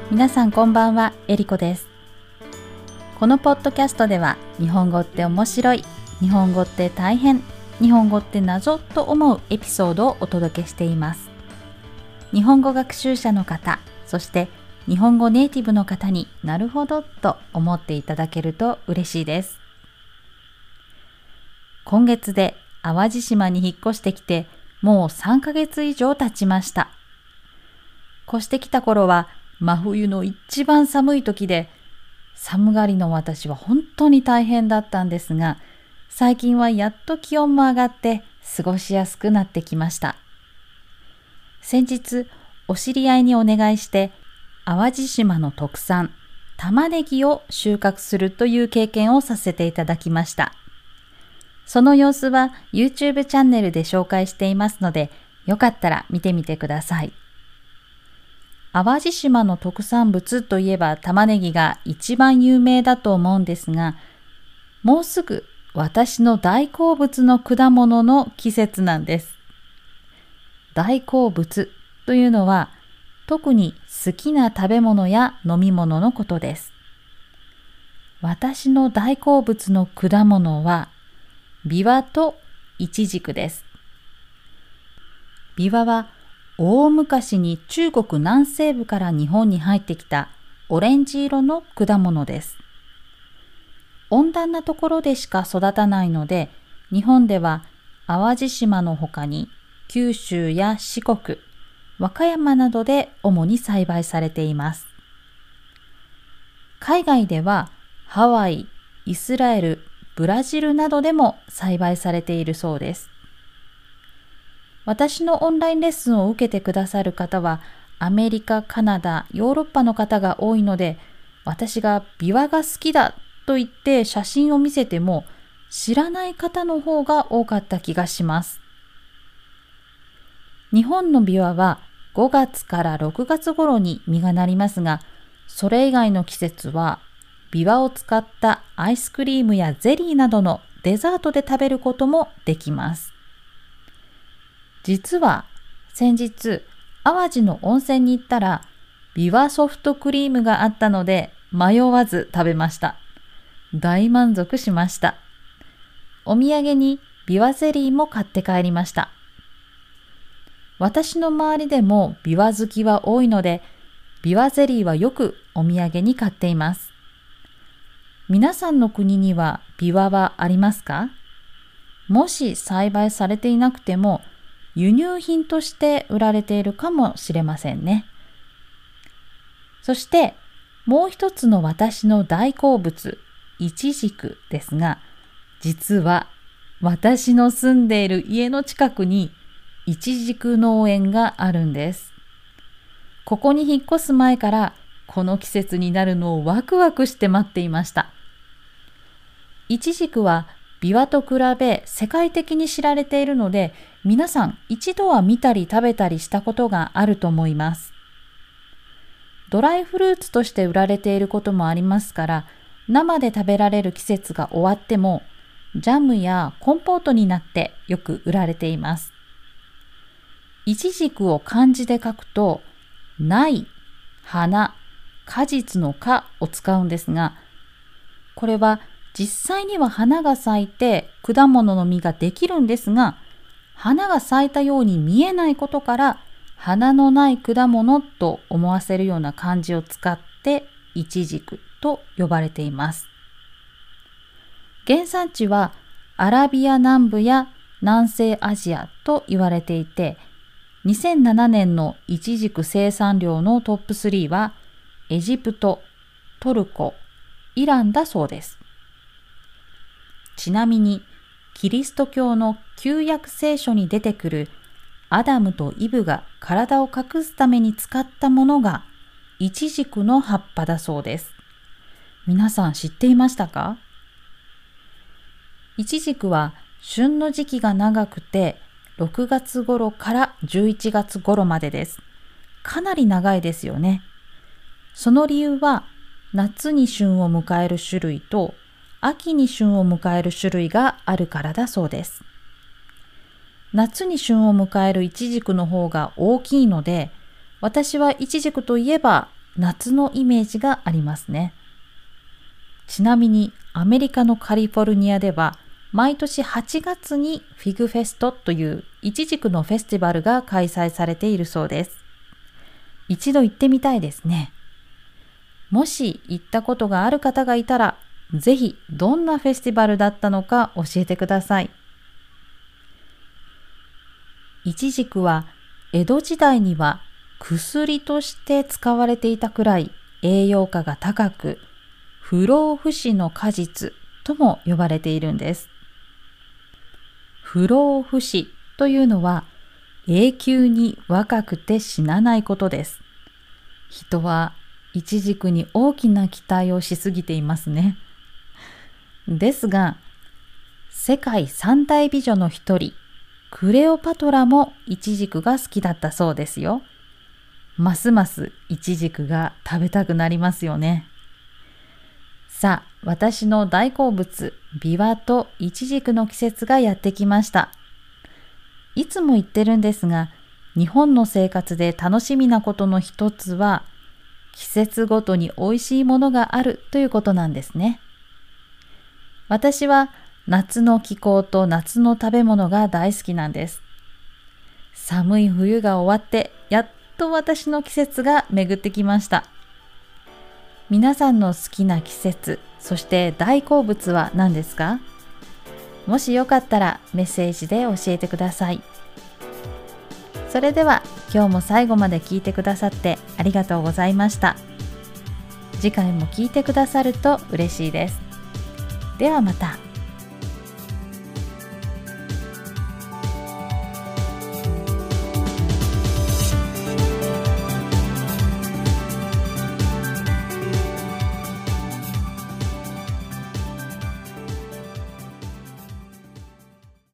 皆さんこんばんは、えりこです。このポッドキャストでは、日本語って面白い、日本語って大変、日本語って謎と思うエピソードをお届けしています。日本語学習者の方、そして日本語ネイティブの方になるほどと思っていただけると嬉しいです。今月で淡路島に引っ越してきてもう3ヶ月以上経ちました。越してきた頃は真冬の一番寒い時で、寒がりの私は本当に大変だったんですが、最近はやっと気温も上がって過ごしやすくなってきました。先日お知り合いにお願いして淡路島の特産玉ねぎを収穫するという経験をさせていただきました。その様子は YouTube チャンネルで紹介していますので、よかったら見てみてください。淡路島の特産物といえば玉ねぎが一番有名だと思うんですが、もうすぐ私の大好物の果物の季節なんです。大好物というのは特に好きな食べ物や飲み物のことです。私の大好物の果物はビワとイチジクです。ビワは大昔に中国南西部から日本に入ってきたオレンジ色の果物です。温暖なところでしか育たないので、日本では淡路島の他に九州や四国、和歌山などで主に栽培されています。海外ではハワイ、イスラエル、ブラジルなどでも栽培されているそうです。私のオンラインレッスンを受けてくださる方はアメリカ、カナダ、ヨーロッパの方が多いので、私がビワが好きだと言って写真を見せても知らない方の方が多かった気がします。日本のビワは5月から6月頃に実がなりますが、それ以外の季節はビワを使ったアイスクリームやゼリーなどのデザートで食べることもできます。実は先日淡路の温泉に行ったらビワソフトクリームがあったので迷わず食べました。大満足しました。お土産にビワゼリーも買って帰りました。私の周りでもビワ好きは多いので、ビワゼリーはよくお土産に買っています。皆さんの国にはビワはありますか？もし栽培されていなくても輸入品として売られているかもしれませんね。そしてもう一つの私の大好物、イチジクですが、実は私の住んでいる家の近くにイチジク農園があるんです。ここに引っ越す前からこの季節になるのをワクワクして待っていました。イチジクはビワと比べ世界的に知られているので、皆さん一度は見たり食べたりしたことがあると思います。ドライフルーツとして売られていることもありますから、生で食べられる季節が終わってもジャムやコンポートになってよく売られています。イチジクを漢字で書くとない、花、果実の果を使うんですが、これは実際には花が咲いて果物の実ができるんですが、花が咲いたように見えないことから花のない果物と思わせるような漢字を使ってイチジクと呼ばれています。原産地はアラビア南部や南西アジアと言われていて、2007年のイチジク生産量のトップ3はエジプト、トルコ、イランだそうです。ちなみにキリスト教の旧約聖書に出てくるアダムとイブが体を隠すために使ったものがイチジクの葉っぱだそうです。皆さん知っていましたか？イチジクは旬の時期が長くて6月頃から11月頃までです。かなり長いですよね。その理由は夏に旬を迎える種類と秋に旬を迎える種類があるからだそうです。夏に旬を迎えるイチジクの方が大きいので、私はイチジクといえば夏のイメージがありますね。ちなみにアメリカのカリフォルニアでは毎年8月にフィグフェストというイチジクのフェスティバルが開催されているそうです。一度行ってみたいですね。もし行ったことがある方がいたら、ぜひどんなフェスティバルだったのか教えてください。イチジクは江戸時代には薬として使われていたくらい栄養価が高く、不老不死の果実とも呼ばれているんです。不老不死というのは永久に若くて死なないことです。人はイチジクに大きな期待をしすぎていますね。ですが、世界三大美女の一人、クレオパトラもイチジクが好きだったそうですよ。ますますイチジクが食べたくなりますよね。さあ、私の大好物、ビワとイチジクの季節がやってきました。いつも言ってるんですが、日本の生活で楽しみなことの一つは、季節ごとに美味しいものがあるということなんですね。私は夏の気候と夏の食べ物が大好きなんです。寒い冬が終わって、やっと私の季節が巡ってきました。皆さんの好きな季節、そして大好物は何ですか？もしよかったらメッセージで教えてください。それでは今日も最後まで聞いてくださってありがとうございました。次回も聞いてくださると嬉しいです。ではまた。